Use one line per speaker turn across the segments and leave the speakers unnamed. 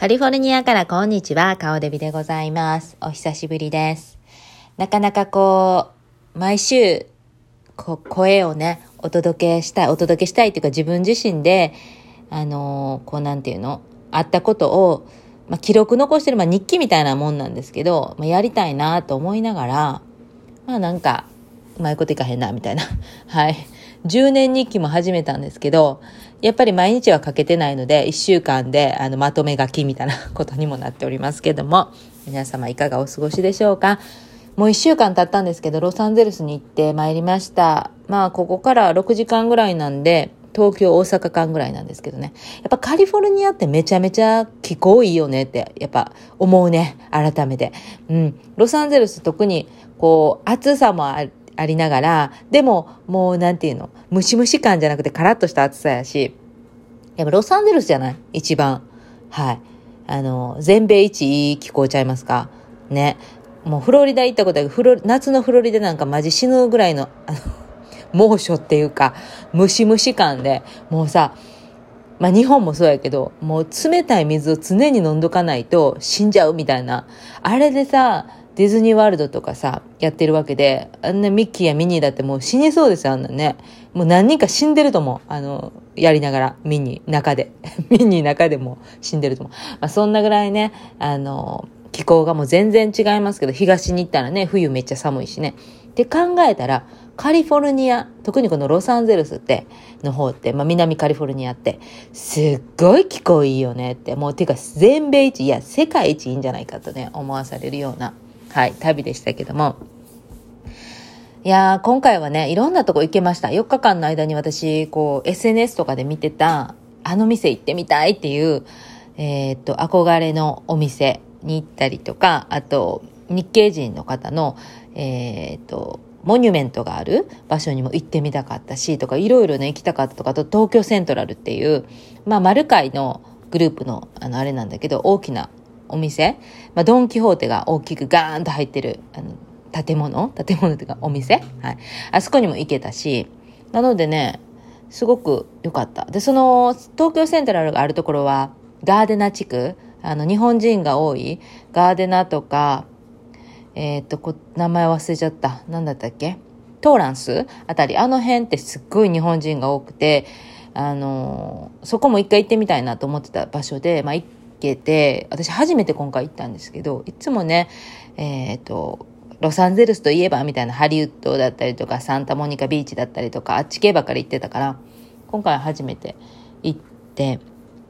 カリフォルニアからこんにちは、顔デビでございます。お久しぶりです。なかなか毎週、声をね、お届けしたいっていうか自分自身で、なんていうの、あったことを、記録残してる、日記みたいなもんなんですけど、やりたいなと思いながら、うまいこといかへんな、みたいな。はい。10年日記も始めたんですけど、やっぱり毎日は書けてないので、1週間でまとめ書きみたいなことにもなっておりますけども、皆様いかがお過ごしでしょうか。もう1週間経ったんですけど、ロサンゼルスに行ってまいりました。ここから6時間ぐらいなんで、東京大阪間ぐらいなんですけどね。やっぱカリフォルニアってめちゃめちゃ気候いいよねって、やっぱ思うね。改めて。ロサンゼルス特に暑さもありながら、でももうなんていうの、ムシムシ感じゃなくてカラッとした暑さやし、やっぱロサンゼルスじゃない一番。はい。全米一いい気候ちゃいますかね。もうフロリダ行ったことある夏のフロリダなんかマジ死ぬぐらいの、猛暑っていうか、ムシムシ感で、もうさ、日本もそうやけど、もう冷たい水を常に飲んどかないと死んじゃうみたいな。あれでさ、ディズニーワールドとかさ、やってるわけで、あんなミッキーやミニーだってもう死にそうですよ、あんなね。もう何人か死んでると思う。やりながら、ミニー中でも死んでると思う。そんなぐらいね、気候がもう全然違いますけど、東に行ったらね、冬めっちゃ寒いしね。って考えたら、カリフォルニア、特にこのロサンゼルスの方って、南カリフォルニアって、すっごい気候いいよねって、もうてか全米一、いや世界一いいんじゃないかとね、思わされるような、旅でしたけども。いやー、今回はね、いろんなとこ行けました。4日間の間に私、SNS とかで見てた、あの店行ってみたいっていう、憧れのお店に行ったりとか、あと、日系人の方の、モニュメントがある場所にも行ってみたかったし、とか、いろいろね、行きたかったとか、あと東京セントラルっていう、マルカイのグループの、あれなんだけど、大きなお店、ドンキホーテが大きくガーンと入ってる、建物っていうかお店、はい。あそこにも行けたし、なのでね、すごく良かった。で、その、東京セントラルがあるところは、ガーデナ地区、日本人が多い、ガーデナとか、名前忘れちゃった。なんだったっけ？トーランスあたり、あの辺ってすっごい日本人が多くて、そこも一回行ってみたいなと思ってた場所で、行けて、私初めて今回行ったんですけど、いつもね、ロサンゼルスといえばみたいなハリウッドだったりとか、サンタモニカビーチだったりとか、あっち系ばっかり行ってたから、今回初めて行って、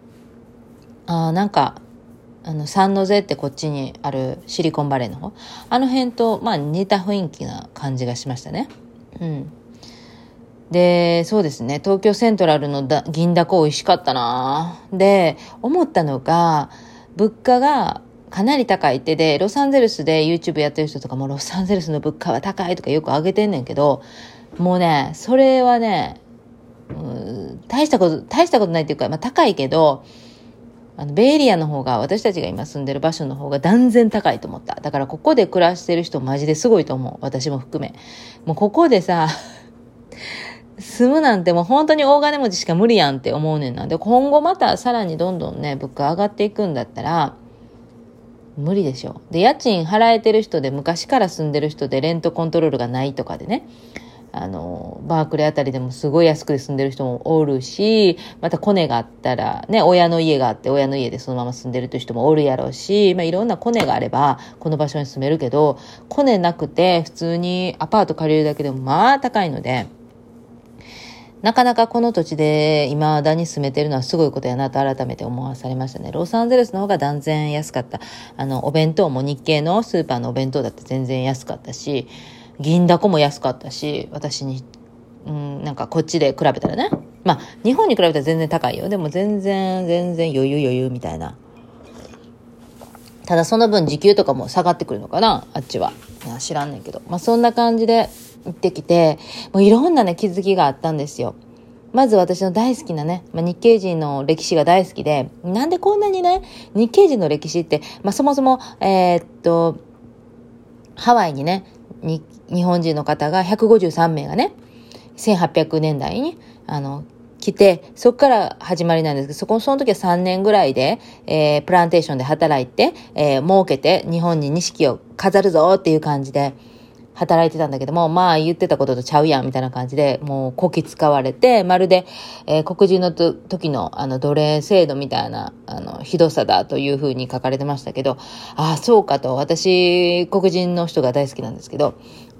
サンノゼってこっちにあるシリコンバレーの方、あの辺と似た雰囲気な感じがしましたね。で、そうですね、東京セントラルの銀だこ美味しかったな。で、思ったのが、物価がかなり高いってで、ロサンゼルスで YouTube やってる人とかもロサンゼルスの物価は高いとかよく上げてんねんけど、もうね、それはね、大したことないっていうか、高いけど、ベイエリアの方が、私たちが今住んでる場所の方が断然高いと思った。だからここで暮らしてる人マジですごいと思う。私も含め。もうここでさ、住むなんてもう本当に大金持ちしか無理やんって思うねんな。で、今後またさらにどんどんね、物価上がっていくんだったら、無理でしょ。で、家賃払えてる人で昔から住んでる人でレントコントロールがないとかでね、バークレーあたりでもすごい安くで住んでる人もおるし、またコネがあったらね、親の家があって親の家でそのまま住んでるという人もおるやろうし、いろんなコネがあればこの場所に住めるけど、コネなくて普通にアパート借りるだけでも高いので、なかなかこの土地で未だに住めてるのはすごいことやなと改めて思わされましたね。ロサンゼルスの方が断然安かった。お弁当も日系のスーパーのお弁当だって全然安かったし、銀だこも安かったし、私に、こっちで比べたらね。日本に比べたら全然高いよ。でも全然余裕みたいな。ただその分時給とかも下がってくるのかな、あっちは。知らんねんけど。そんな感じで行ってきて、もういろんなね、気づきがあったんですよ。まず私の大好きなね、日系人の歴史が大好きで、なんでこんなにね、日系人の歴史って、そもそも、ハワイにね、日本人の方が153名がね、1800年代に、 来て、そこから始まりなんですけど、その時は3年ぐらいで、プランテーションで働いて、儲けて、日本に錦を飾るぞっていう感じで、働いてたんだけども、まあ言ってたこととちゃうやんみたいな感じで、もうこき使われて、まるで、黒人の時の奴隷制度みたいな、ひどさだというふうに書かれてましたけど、ああ、そうかと、私、黒人の人が大好きなんですけど、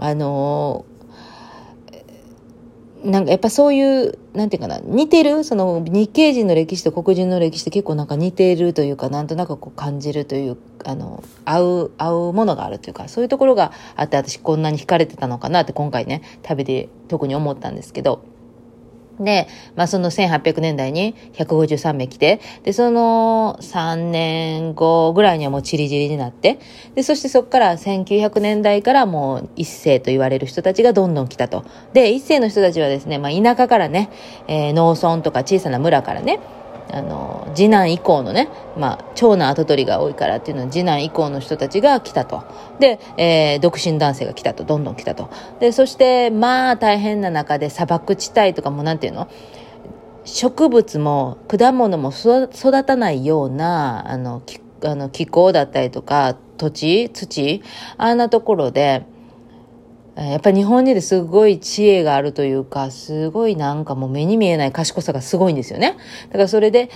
なんかやっぱそういう、なんていうかな、似てる、その日系人の歴史と黒人の歴史って結構なんか似てるというか、なんとなくこう感じるという、合うものがあるというか、そういうところがあって、私こんなに惹かれてたのかなって今回ね、旅で特に思ったんですけど、で、まあその1800年代に153名来て、で、その3年後ぐらいにはもうチリチリになって、で、そしてそこから1900年代からもう一世と言われる人たちがどんどん来たと。で、一世の人たちはですね、まあ田舎からね、農村とか小さな村からね、次男以降のね、まあ、長男跡取りが多いからっていうのは次男以降の人たちが来たと。で、独身男性が来たと。どんどん来たと。で、そして、まあ、大変な中で砂漠地帯とかもなんていうの？植物も果物も育たないような、気候だったりとか、土、あんなところで、やっぱり日本人ですごい知恵があるというか、すごいなんかもう目に見えない賢さがすごいんですよね。だからそれで、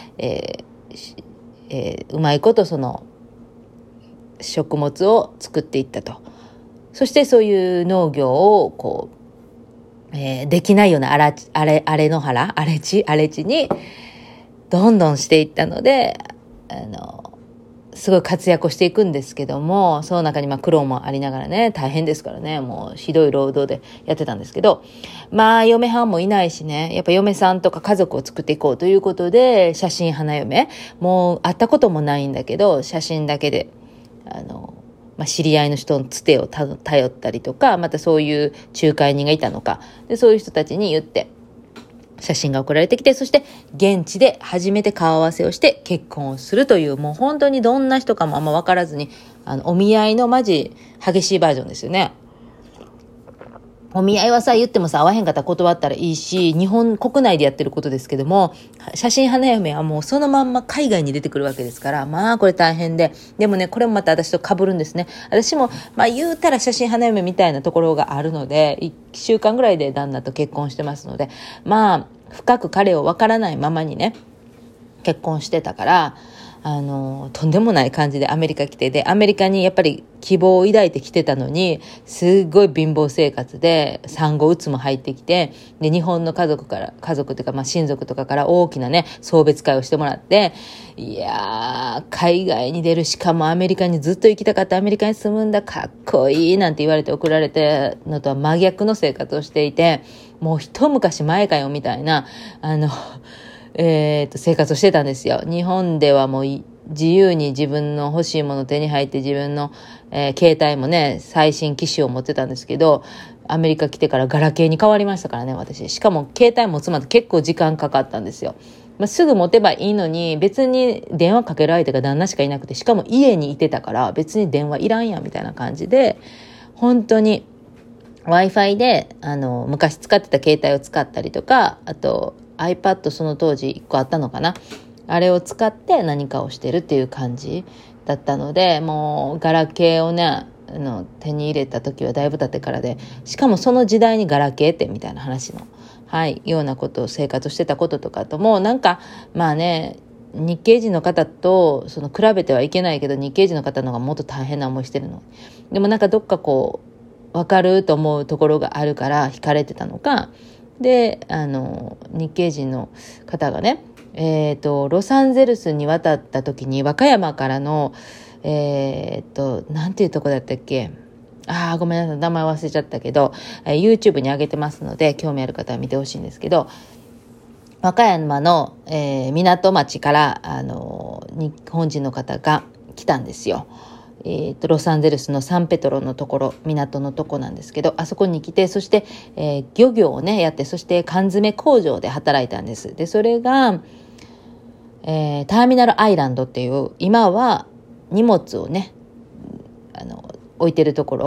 うまいことその食物を作っていったと。そしてそういう農業をこう、できないような荒れ地にどんどんしていったので、すごい活躍をしていくんですけども、その中にまあ苦労もありながらね、大変ですからね、もうひどい労働でやってたんですけど、まあ嫁はんもいないしね、やっぱ嫁さんとか家族を作っていこうということで、写真花嫁、もう会ったこともないんだけど、写真だけで、まあ、知り合いの人のつてを頼ったりとか、またそういう仲介人がいたのか、でそういう人たちに言って、写真が送られてきて、そして現地で初めて顔合わせをして結婚をするという、もう本当にどんな人かもあんま分からずに、お見合いのマジ激しいバージョンですよね。お見合いはさ、言ってもさ、会わへんかったら断ったらいいし、日本国内でやってることですけども、写真花嫁はもうそのまんま海外に出てくるわけですから、まあこれ大変で、でもね、これもまた私と被るんですね。私も、まあ言うたら写真花嫁みたいなところがあるので、1週間ぐらいで旦那と結婚してますので、まあ、深く彼をわからないままにね、結婚してたから、とんでもない感じでアメリカ来て、で、アメリカにやっぱり希望を抱いてきてたのに、すごい貧乏生活で、産後うつも入ってきて、で、日本の家族というか、まあ、親族とかから大きなね、送別会をしてもらって、いやー、海外に出る、しかもアメリカにずっと行きたかった、アメリカに住むんだ、かっこいい、なんて言われて送られてのとは真逆の生活をしていて、もう一昔前かよ、みたいな、生活をしてたんですよ。日本ではもう自由に自分の欲しいもの手に入って自分の、携帯もね、最新機種を持ってたんですけど、アメリカ来てからガラケーに変わりましたからね、私。しかも携帯持つまで結構時間かかったんですよ。まあ、すぐ持てばいいのに、別に電話かける相手が旦那しかいなくて、しかも家にいてたから別に電話いらんやんみたいな感じで、本当に Wi-Fi で、昔使ってた携帯を使ったりとか、あと、iPad その当時1個あったのかな、あれを使って何かをしてるっていう感じだったので、もうガラケーをね手に入れた時はだいぶ経ってからで、しかもその時代にガラケーってみたいな話のようなことを生活してたこととかともなんかまあね、日系人の方とその比べてはいけないけど、日系人の方の方がもっと大変な思いしてるの。でもなんかどっかこう分かると思うところがあるから惹かれてたのかで、日系人の方がね、ロサンゼルスに渡った時に和歌山からのなんていうとこだったっけ、ごめんなさい、名前忘れちゃったけど、YouTube に上げてますので興味ある方は見てほしいんですけど、和歌山の、港町から日本人の方が来たんですよ。ロサンゼルスのサンペトロのところ、港のとこなんですけど、あそこに来て、そして、漁業をねやって、そして缶詰工場で働いたんです。でそれが、ターミナルアイランドっていう、今は荷物をね置いてるところ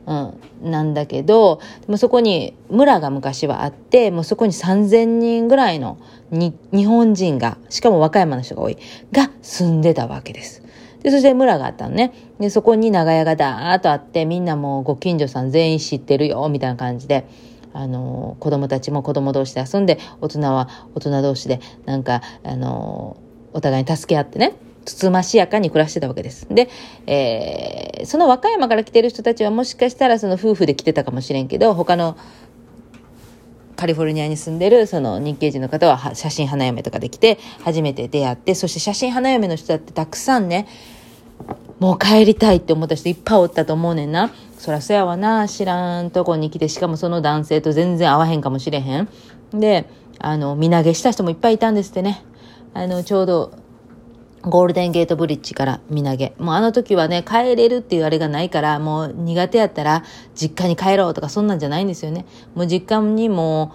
なんだけど、もうそこに村が昔はあって、もうそこに3000人ぐらいの日本人が、しかも和歌山の人が多い、が住んでたわけです。で、そして村があったのね。で、そこに長屋がダーッとあって、みんなもうご近所さん全員知ってるよ、みたいな感じで、子供たちも子供同士で遊んで、大人は大人同士で、なんか、お互いに助け合ってね、つつましやかに暮らしてたわけです。で、その和歌山から来てる人たちはもしかしたらその夫婦で来てたかもしれんけど、他のカリフォルニアに住んでるその日系人の方は写真花嫁とかで来て初めて出会って、そして写真花嫁の人だってたくさんね、もう帰りたいって思った人いっぱいおったと思うねんな。そらそやわな、知らんとこに来て、しかもその男性と全然合わへんかもしれへん。で、身投げした人もいっぱいいたんですってね。ちょうどゴールデンゲートブリッジから身投げ。もうあの時はね、帰れるっていうあれがないから、もう苦手やったら実家に帰ろうとかそんなんじゃないんですよね。もう実家にも、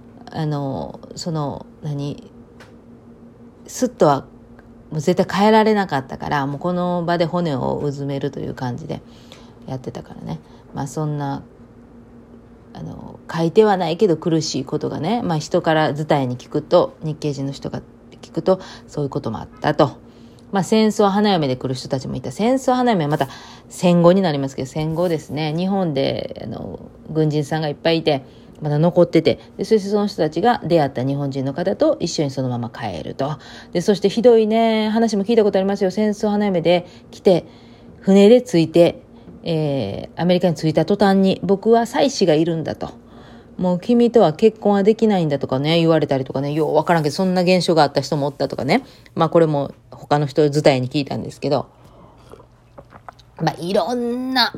すっとはもう絶対帰られなかったから、もうこの場で骨をうずめるという感じでやってたからね。まあそんな、書いてはないけど苦しいことがね、まあ人から伝えに聞くと、日系人の人が聞くと、そういうこともあったと。まあ戦争花嫁で来る人たちもいた。戦争花嫁はまた戦後になりますけど、戦後ですね、日本で軍人さんがいっぱいいて、まだ残ってて、でそしてその人たちが出会った日本人の方と一緒にそのまま帰ると。でそしてひどいね話も聞いたことありますよ。戦争花嫁で来て船で着いて、アメリカに着いた途端に、僕は妻子がいるんだと、もう君とは結婚はできないんだとかね、言われたりとかね、ようわからんけどそんな現象があった人もおったとかね。まあこれも他の人伝えに聞いたんですけど、まあいろんな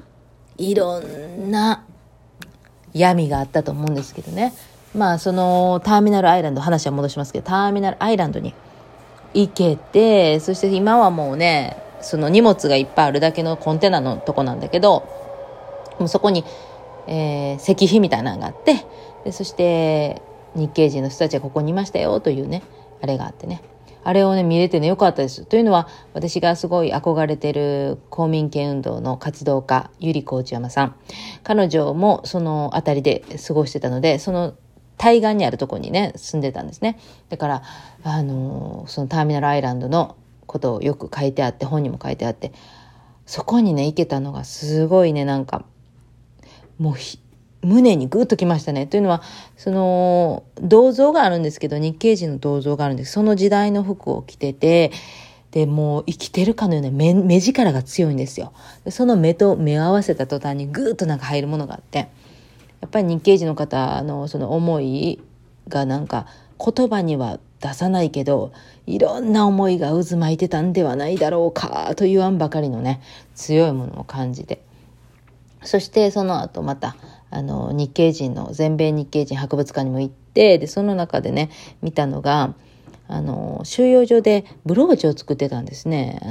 闇があったと思うんですけどね。まあそのターミナルアイランド、話は戻しますけど、ターミナルアイランドに行けて、そして今はもうね、その荷物がいっぱいあるだけのコンテナのとこなんだけど、もうそこに、石碑みたいなのがあって、でそして日系人の人たちがここにいましたよというね、あれがあってね、あれをね見れてねよかったです。というのは、私がすごい憧れてる公民権運動の活動家百合子内山さん、彼女もそのあたりで過ごしてたので、その対岸にあるところにね住んでたんですね。だからそのターミナルアイランドのことをよく書いてあって、本にも書いてあって、そこにね行けたのがすごいね、なんかもう胸にグッときましたね。というのは、その銅像があるんですけど、日系人の銅像があるんです。その時代の服を着てて、でもう生きてるかのような目力が強いんですよ。でその目と目を合わせた途端にグーッとなんか入るものがあって、やっぱり日系人の方のその思いがなんか言葉には出さないけど、いろんな思いが渦巻いてたんではないだろうかと言わんばかりのね、強いものを感じて、そしてその後また日系人の全米日系人博物館にも行って、でその中でね見たのが、収容所でブローチを作ってたんですね。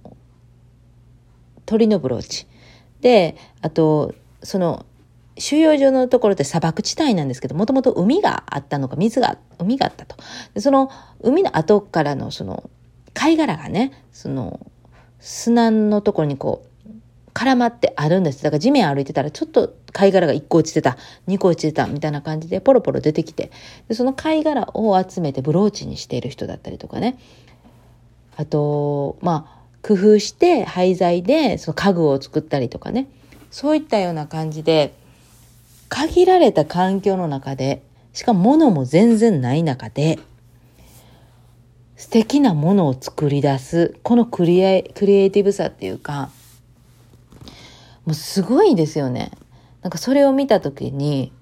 鳥のブローチで、あとその収容所のところって砂漠地帯なんですけど、もともと海があったのか海があったと。でその海の後からのその貝殻がね、その砂のところにこう絡まってあるんです。だから地面歩いてたらちょっと貝殻が1個落ちてた、2個落ちてたみたいな感じでポロポロ出てきて、でその貝殻を集めてブローチにしている人だったりとかね、あと工夫して廃材でその家具を作ったりとかね、そういったような感じで限られた環境の中で、しかも物も全然ない中で素敵なものを作り出す、このクリエイティブさっていうか、もうすごいですよね。なんかそれを見た時に、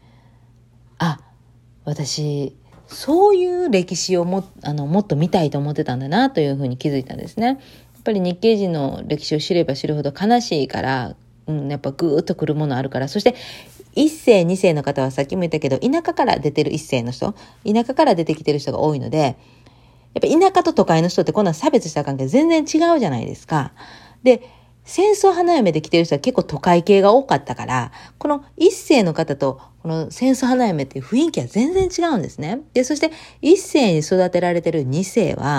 私そういう歴史をもっと見たいと思ってたんだなというふうに気づいたんですね。やっぱり日系人の歴史を知れば知るほど悲しいから、やっぱグーッとくるものあるから。そして一世二世の方はさっきも言ったけど、田舎から出てる一世の人、田舎から出てきてる人が多いので、やっぱ田舎と都会の人ってこんな差別した関係全然違うじゃないですか。で戦争花嫁で来てる人は結構都会系が多かったから、この一世の方とこの戦争花嫁っていう雰囲気は全然違うんですね。でそして一世に育てられてる二世は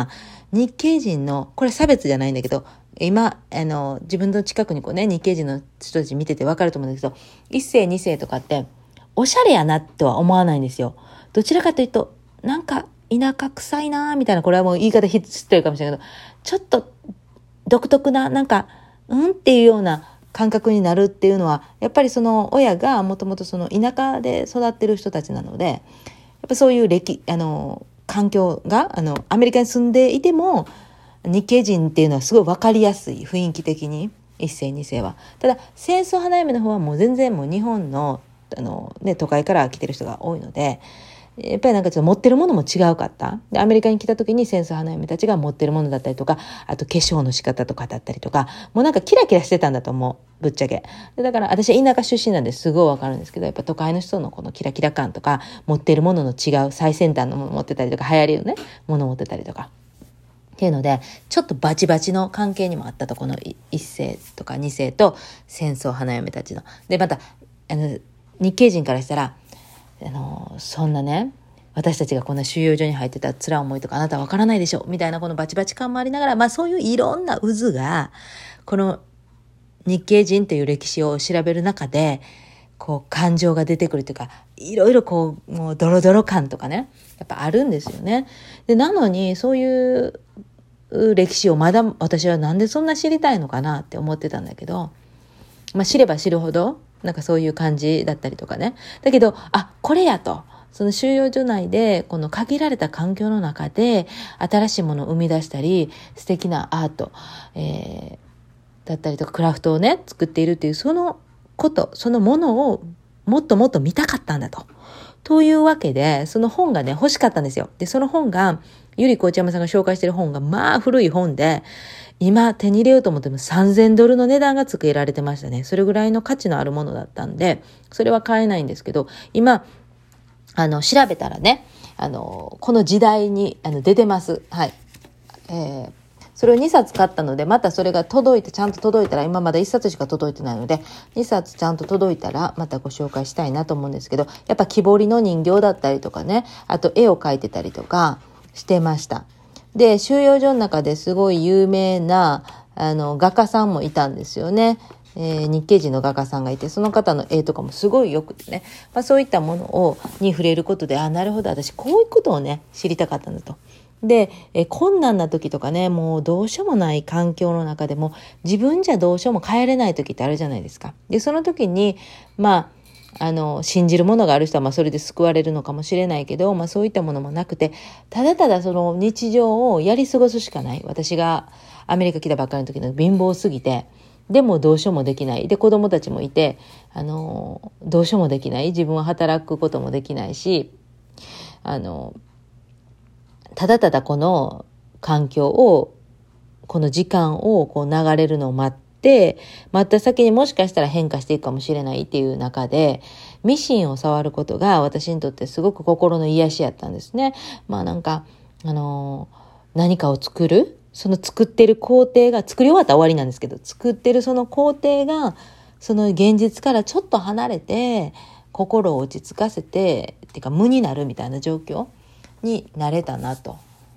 日系人の、これ差別じゃないんだけど、今、自分の近くにこうね、日系人の人たち見ててわかると思うんですけど、一世二世とかって、おしゃれやなとは思わないんですよ。どちらかというと、なんか田舎臭いなみたいな、これはもう言い方失礼かもしれないけど、ちょっと独特な、なんか、っていうような感覚になるっていうのは、やっぱりその親がもともとその田舎で育ってる人たちなので、やっぱそういう環境が、アメリカに住んでいても、日系人っていうのはすごい分かりやすい、雰囲気的に、一世二世は。ただ、戦争花嫁の方はもう全然もう日本の、都会から来てる人が多いので、やっぱりなんかちょっと持ってるものも違うかった。で、アメリカに来た時に戦争花嫁たちが持ってるものだったりとか、あと化粧の仕方とかだったりとか、もうなんかキラキラしてたんだと思う。ぶっちゃけ。で、だから私は田舎出身なんですごいわかるんですけど、やっぱ都会の人のこのキラキラ感とか、持ってるものの違う最先端のもの持ってたりとか、流行りのね、もの持ってたりとか。っていうので、ちょっとバチバチの関係にもあったと、この一世とか二世と戦争花嫁たちの。で、また、日系人からしたら、そんなね、私たちがこんな収容所に入ってた辛い思いとかあなたはわからないでしょみたいなこのバチバチ感もありながら、まあそういういろんな渦が、この日系人という歴史を調べる中で、こう感情が出てくるというか、いろいろこう、もうドロドロ感とかね、やっぱあるんですよね。で、なのにそういう歴史をまだ私はなんでそんな知りたいのかなって思ってたんだけど、まあ知れば知るほど、なんかそういう感じだったりとかね。だけど、これやと。その収容所内で、この限られた環境の中で、新しいものを生み出したり、素敵なアート、だったりとか、クラフトをね、作っているっていう、そのこと、そのものをもっともっと見たかったんだと。というわけで、その本がね、欲しかったんですよ。で、その本が、ゆりこ内山さんが紹介している本が、まあ古い本で、今手に入れようと思っても$3000の値段がつけられてましたね。それぐらいの価値のあるものだったんで、それは買えないんですけど、今、調べたらね、この時代に出てます。はい。それを2冊買ったので、またそれがちゃんと届いたら、今まだ1冊しか届いてないので、2冊ちゃんと届いたら、またご紹介したいなと思うんですけど、やっぱ木彫りの人形だったりとかね、あと絵を描いてたりとかしてました。で、収容所の中ですごい有名な、画家さんもいたんですよね。日系人の画家さんがいて、その方の絵とかもすごいよくてね、そういったものに触れることで、なるほど、私こういうことをね、知りたかったんだと。で、困難な時とかね、もうどうしようもない環境の中でも、自分じゃどうしようも変えれない時ってあるじゃないですか。で、その時に、信じるものがある人は、それで救われるのかもしれないけど、そういったものもなくて、ただただその日常をやり過ごすしかない。私がアメリカ来たばっかりの時の貧乏すぎて、でもどうしようもできない。で、子供たちもいて、どうしようもできない。自分は働くこともできないし、ただただこの環境を、この時間をこう流れるのを待った先にもしかしたら変化していくかもしれないっていう中で、ミシンを触ることが私にとってすごく心の癒しやったんですね。何かを作る、その作ってる工程が、作り終わったら終わりなんですけど、作ってるその工程が、その現実からちょっと離れて、心を落ち着かせて、っていうか無になるみたいな状況になれたなと。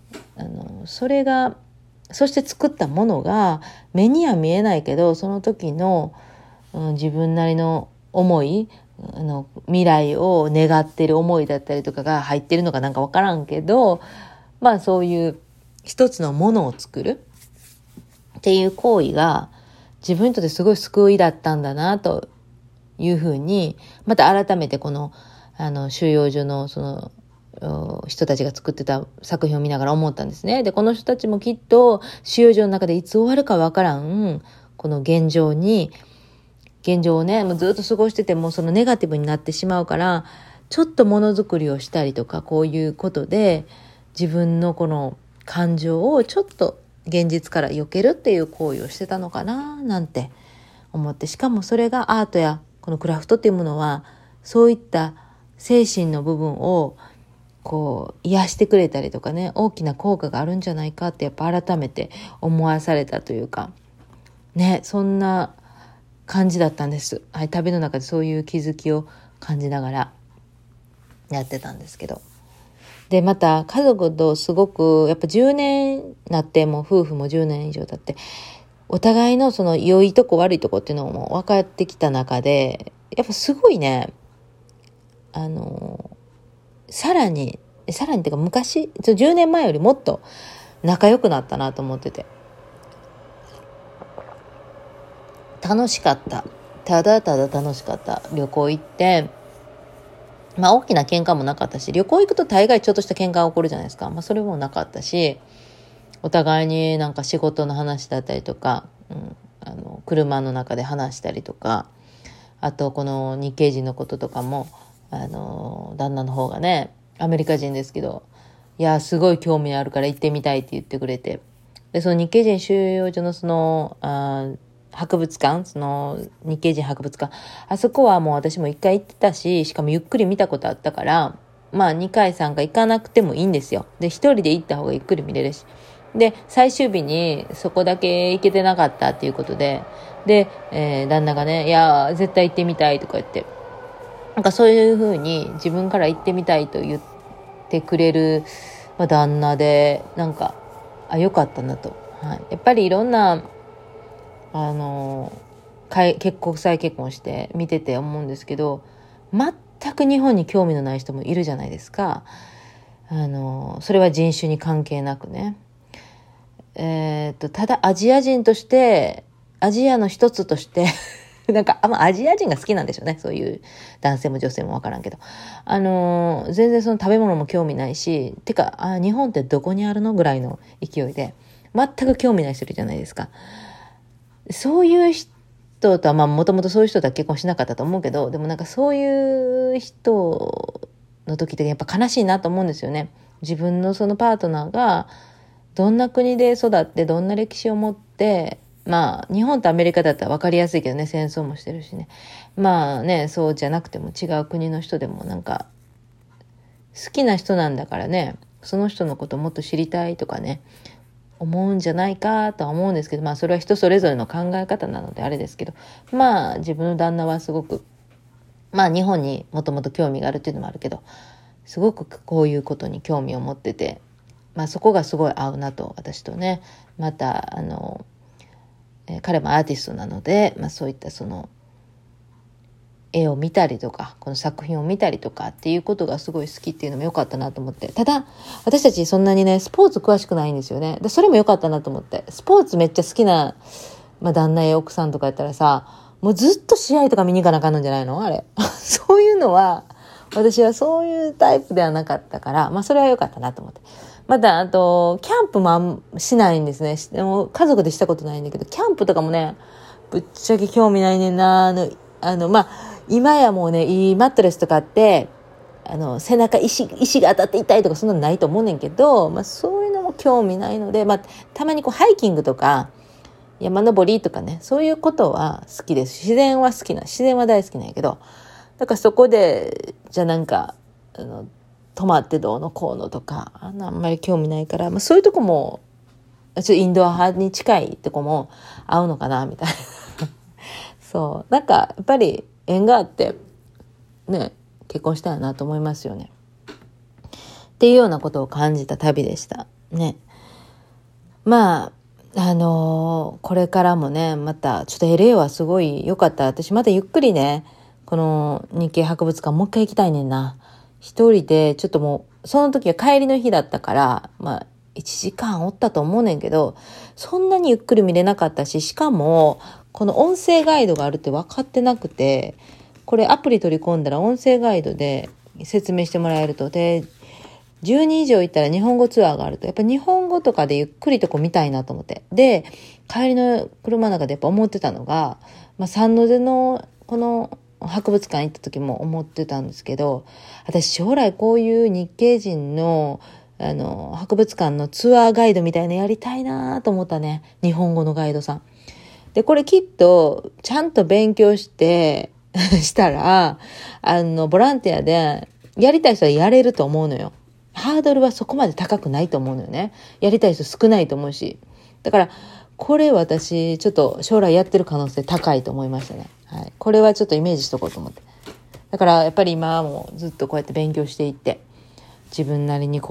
そして作ったものが目には見えないけど、その時の、自分なりの思い、未来を願ってる思いだったりとかが入ってるのかなんかわからんけど、そういう一つのものを作るっていう行為が自分にとってすごい救いだったんだなというふうに、また改めてこの、収容所のその、人たちが作ってた作品を見ながら思ったんですね。で、この人たちもきっと収容所の中でいつ終わるかわからん、この現状をね、もうずっと過ごしててもそのネガティブになってしまうから、ちょっとものづくりをしたりとか、こういうことで自分のこの感情をちょっと現実から避けるっていう行為をしてたのかななんて思って、しかもそれがアートやこのクラフトっていうものはそういった精神の部分をこう癒してくれたりとかね、大きな効果があるんじゃないかってやっぱ改めて思わされたというかね、そんな感じだったんです。はい、旅の中でそういう気づきを感じながらやってたんですけど、 で、また家族とすごく、やっぱ10年なって、もう夫婦も10年以上経って、お互いのその良いとこ悪いとこっていうのも分かってきた中で、やっぱすごいね、さらにっていうか昔、10年前よりもっと仲良くなったなと思ってて。楽しかった。ただただ楽しかった。旅行行って、大きな喧嘩もなかったし、旅行行くと大概ちょっとした喧嘩が起こるじゃないですか。それもなかったし、お互いになんか仕事の話だったりとか、車の中で話したりとか、あとこの日系人のこととかも、旦那の方がね、アメリカ人ですけど、いや、すごい興味あるから行ってみたいって言ってくれて、で、その日系人収容所の博物館、その日系人博物館、あそこはもう私も一回行ってたし、しかもゆっくり見たことあったから、2回3回行かなくてもいいんですよ。で、一人で行った方がゆっくり見れるし。で、最終日にそこだけ行けてなかったっていうことで、旦那がね、いや、絶対行ってみたいとか言って、なんかそういう風に自分から行ってみたいと言ってくれる、旦那で、なんか、良かったなと。はい。やっぱりいろんな、国際結婚して見てて思うんですけど、全く日本に興味のない人もいるじゃないですか。それは人種に関係なくね。ただアジア人として、アジアの一つとしてなんかアジア人が好きなんでしょうね。そういう男性も女性もわからんけど。全然その食べ物も興味ないし、てか、日本ってどこにあるのぐらいの勢いで、全く興味ない人いるじゃないですか。そういう人とは、もともとそういう人とは結婚しなかったと思うけど、でもなんかそういう人の時ってやっぱ悲しいなと思うんですよね。自分のそのパートナーが、どんな国で育ってどんな歴史を持って、日本とアメリカだったら分かりやすいけどね、戦争もしてるしね。そうじゃなくても違う国の人でもなんか、好きな人なんだからね、その人のこともっと知りたいとかね、思うんじゃないかとは思うんですけど、それは人それぞれの考え方なのであれですけど、自分の旦那はすごく、日本にもともと興味があるっていうのもあるけど、すごくこういうことに興味を持ってて、そこがすごい合うなと、私とね。また彼もアーティストなので、そういったその絵を見たりとか、この作品を見たりとかっていうことがすごい好きっていうのも良かったなと思って。ただ私たちそんなにねスポーツ詳しくないんですよね。でそれも良かったなと思って。スポーツめっちゃ好きな、旦那や奥さんとかやったらさ、もうずっと試合とか見に行かなあかんのじゃないのあれそういうのは私はそういうタイプではなかったから、それは良かったなと思って。またあとキャンプもしないんですね。でも家族でしたことないんだけど、キャンプとかもねぶっちゃけ興味ないねんな。今やもうね、いいマットレスとかあって、背中石が当たって痛いとかそんなのないと思うねんけど、そういうのも興味ないので、たまにハイキングとか、山登りとかね、そういうことは好きです。自然は大好きなんやけど、だからそこで、じゃあなんか、泊まってどうのこうのとか、あんまり興味ないから、そういうとこも、ちょっとインドア派に近いとこも合うのかな、みたいな。そう。なんか、やっぱり縁があって、ね、結婚したいなと思いますよね。っていうようなことを感じた旅でした。ね。これからもね、また、ちょっと LA はすごい良かった。私またゆっくりね、この日系博物館もう一回行きたいねんな。一人で、ちょっともう、その時は帰りの日だったから、1時間おったと思うねんけど、そんなにゆっくり見れなかったし、しかも、この音声ガイドがあるって分かってなくて、これアプリ取り込んだら音声ガイドで説明してもらえると。で、10人以上行ったら日本語ツアーがあると。やっぱ日本語とかでゆっくりと見たいなと思って。で、帰りの車の中でやっぱ思ってたのが、サンノゼのこの博物館行った時も思ってたんですけど、私将来こういう日系人の博物館のツアーガイドみたいなやりたいなと思ったね。日本語のガイドさん。で、これきっとちゃんと勉強してしたら、ボランティアでやりたい人はやれると思うのよ。ハードルはそこまで高くないと思うのよね。やりたい人少ないと思うし。だから、これ私、ちょっと将来やってる可能性高いと思いましたね。はい。これはちょっとイメージしとこうと思って。だから、やっぱり今はもうずっとこうやって勉強していって、 自分なりに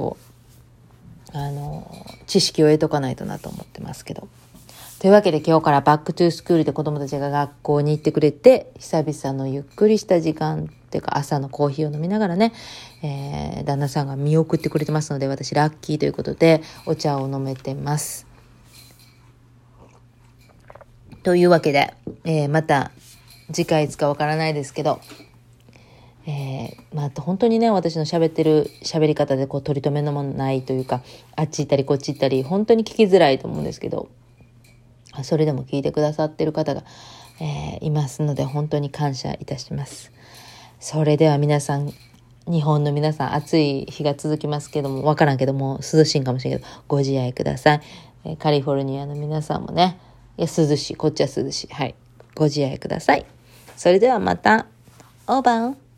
知識を得とかないとなと思ってますけど。というわけで今日からバックトゥースクールで子供たちが学校に行ってくれて、久々のゆっくりした時間っていうか朝のコーヒーを飲みながらね、旦那さんが見送ってくれてますので、私ラッキーということでお茶を飲めてます。というわけで、また次回いつかわからないですけど、本当にね、私の喋ってる喋り方で取り留めのもないというか、あっち行ったりこっち行ったり本当に聞きづらいと思うんですけど、それでも聞いてくださってる方が、いますので本当に感謝いたします。それでは皆さん、日本の皆さん、暑い日が続きますけども、わからんけども涼しいかもしれんけどご自愛ください。カリフォルニアの皆さんもね、涼しい、こっちは涼しい、はい、ご自愛ください。それではまた、オーバー。